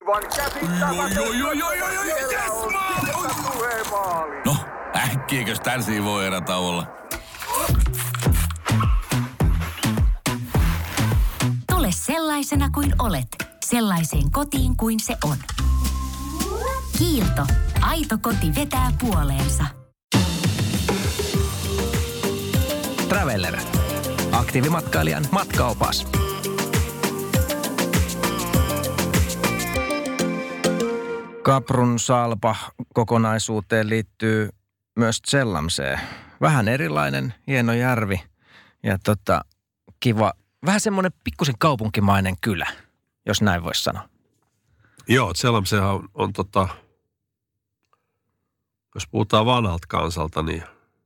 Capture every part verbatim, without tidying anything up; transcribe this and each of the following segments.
Aivan käsittämätöntä. No, äkkiäkös tän voi erä olla? Tule sellaisena kuin olet, sellaiseen kotiin kuin se on. Kiilto. Aito koti vetää puoleensa. Traveller. Aktiivimatkailijan matkaopas. Kaprun Salpa kokonaisuuteen liittyy myös Zellamsee. Vähän erilainen, hieno järvi ja tota, kiva, vähän semmoinen pikkusen kaupunkimainen kylä, jos näin voisi sanoa. Joo, Zellamseehan on, on tota, jos puhutaan vanhalta kansalta, niin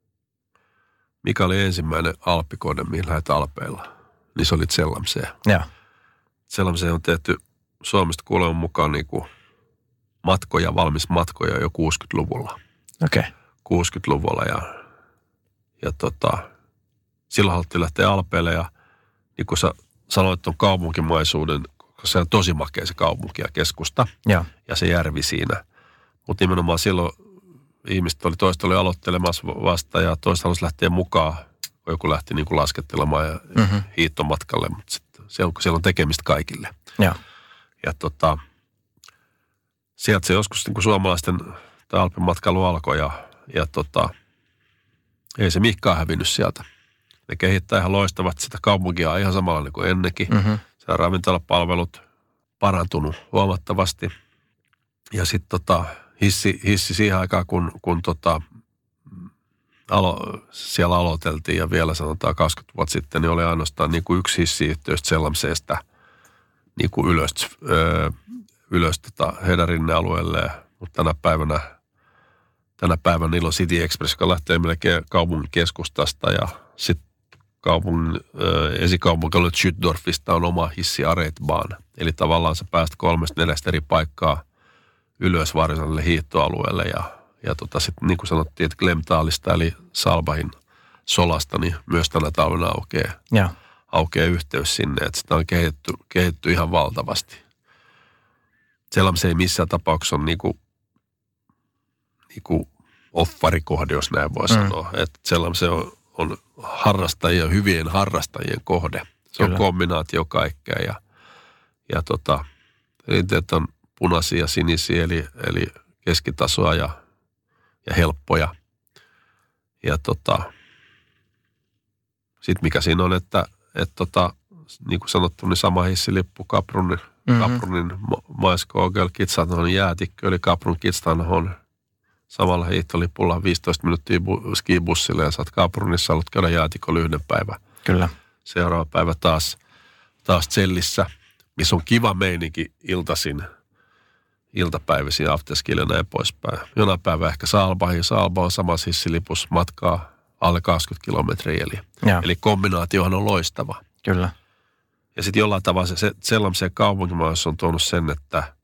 mikä oli ensimmäinen alppikohde, mihin lähdet Alpeilla, niin se oli Zellamsee. Joo. Zellamsee on tehty Suomesta kuuleman mukaan niin kuin matkoja, valmis matkoja jo kuusikymmentäluvulla. Okei. Okay. kuusikymmentäluvulla ja, ja tota, silloin haluttiin lähteä Alpeille ja niin kuin sä sanoit tuon kaupunkimaisuuden, koska se on tosi makea se kaupunki ja keskusta ja, ja se järvi siinä. Mutta nimenomaan silloin ihmiset oli, toista oli aloittelemassa vasta ja toista halusi lähteä mukaan, kun joku lähti niin kuin laskettelemaan ja mm-hmm. hiihtomatkalle, mutta sitten siellä, siellä on tekemistä kaikille. Ja, ja tota, sieltä se joskus niin kuin suomalaisten Alpin matkailu alkoi ja, ja tota, ei se mihinkään hävinnyt sieltä. Ne kehittää ihan loistavat sitä kaupunkia ihan samalla kuin ennenkin. Mm-hmm. Se on ravintolapalvelut parantunut huomattavasti. Ja sitten tota, hissi, hissi siihen aikaan, kun, kun tota, alo, siellä aloiteltiin ja vielä sanotaan kaksikymmentä vuotta sitten, niin oli ainoastaan niin kuin yksi hissiyhteys Zellamseestä niin kuin ylös, öö, ylös tota, heidän rinnealueelleen. Mutta tänä päivänä, tänä päivänä niillä on City Express, joka lähtee melkein kaupungin keskustasta ja sitten kaupungin äh, esikaupunkialue Schüttdorfista on oma hissi Aretbahn. Eli tavallaan sä pääst kolmesta neljästä eri paikkaa ylös varsinaiselle hiihtoalueelle ja, ja tota sitten niin kuin sanottiin, että Glemtalista eli Salbahin solasta, niin myös tänä talvena aukeaa, ja. aukeaa yhteys sinne, että sitä on kehitetty, kehitetty ihan valtavasti. Zellamsee ei missään tapauksessa on niinku, niinku offarikohde, jos näin voi mm. sanoa. Että Zellamsee on, on harrastajien, hyvien harrastajien kohde. Se Kyllä. on kombinaatio kaikkea ja, ja tota, rinteet on punaisia ja sinisiä, eli, eli keskitasoa ja, ja helppoja. Ja tota, sitten mikä siinä on, että et tota, niin kuin sanottu, niin sama hissilippu Kaprunin, mm-hmm. Kaprunin Maiskogel Kitsanhon jäätikkö, eli Kaprun Kitsanhon samalla hiihtolipulla viisitoista minuuttia bu- skibussille ja sä oot Kaprunissa, haluat käydä jäätikolla yhden päivän. Kyllä. Seuraava päivä taas, taas Zellissä, missä on kiva meininki iltaisin, iltapäivisin, afterskille ja näin poispäin. Jonain päivä ehkä Salbahin. Salba on samassa hissilipussa matkaa alle kaksikymmentä kilometriä, eli, eli kombinaatiohan on loistava. Kyllä. Ja sitten jollain tavalla se, se Zellamseen kaupunkimaassa on tuonut sen, että,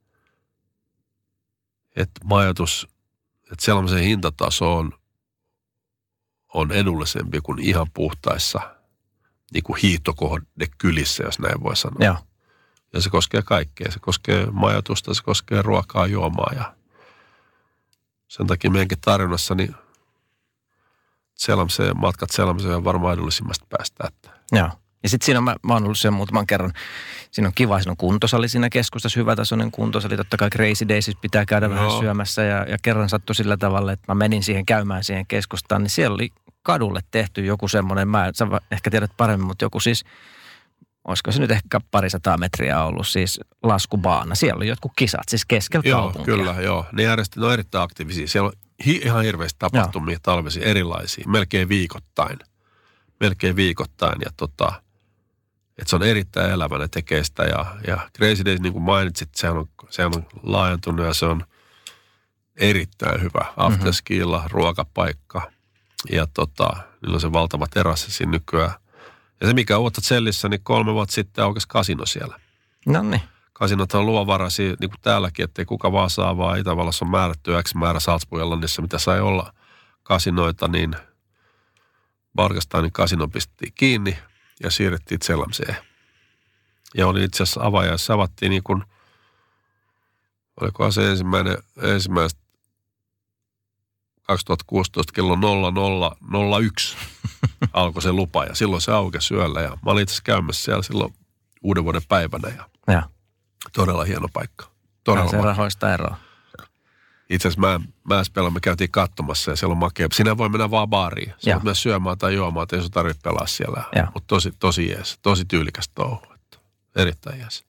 että majoitus, että Zellamseen hintataso on, on edullisempi kuin ihan puhtaissa niin kuin hiihtokohdekylissä, jos näin voi sanoa. Joo. Ja se koskee kaikkea. Se koskee majoitusta, se koskee ruokaa, juomaa ja sen takia meidänkin tarjonnassa niin Zellamseen, matkat Zellamseen on varmaan edullisimmasta päästä. Että. Joo. Ja sitten siinä on, mä, mä oon ollut siellä muutaman kerran, siinä on kiva, siinä on kuntosali siinä keskustassa, hyvätasoinen kuntosali. Totta kai Crazy Days pitää käydä no. vähän syömässä ja, ja kerran sattui sillä tavalla, että mä menin siihen käymään siihen keskustaan, niin siellä oli kadulle tehty joku semmoinen, mä sä ehkä tiedät paremmin, mutta joku siis, olisiko se nyt ehkä parisataa metriä ollut, siis laskubaana. Siellä oli jotkut kisat, siis keskellä joo, kaupunkia. Kyllä, joo. Ne järjestelmät on erittäin aktiivisia. Siellä on hi- ihan hirveästi tapahtumia joo. talvisia, erilaisia, melkein viikoittain. Melkein viikoittain ja tota, että se on erittäin elävä, ne tekee sitä ja, ja Crazy Days, niin kuin mainitsit, sehän on, sehän on laajentunut ja se on erittäin hyvä. Afterskilla, mm-hmm. ruokapaikka ja tota, niillä on se valtava terassi siinä nykyään. Ja se mikä uutta Zellissä, niin kolme vuotta sitten aukesi kasino siellä. Noniin. Kasinot on luvanvaraisia, niin kuin täälläkin, ettei kuka vaan saa, vaan Itävallassa on määrätty X määrä Salzburg-Irlannissa, mitä sai olla kasinoita, niin Bargasteinin kasino pistettiin kiinni ja siirrettiin Zellamseen. Ja oli itse asiassa avajaissa, avattiin niin kuin olikohan se ensimmäinen, ensimmäistä kaksituhattakuusitoista kello nolla nolla nolla yksi alkoi se lupa ja silloin se aukesi yöllä ja mä olin itse käymässä siellä silloin uuden vuoden päivänä ja, ja. todella hieno paikka. Todella se rahoista eroa. Itse asiassa mä, Mäespelä me käytiin katsomassa ja siellä on makea. Sinä voi mennä vaan baariin. Sä voit myös syömään tai juomaan, että ei sun tarvitse pelaa siellä. Mutta tosi, tosi jees, tosi tyylikäs touhu. Erittäin jees.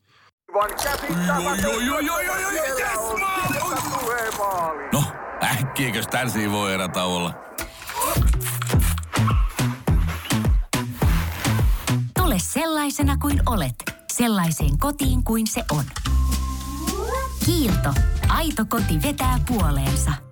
No, äkkiäkös tän voi erätä olla? Tule sellaisena kuin olet, sellaiseen kotiin kuin se on. Kiilto. Aito koti vetää puoleensa.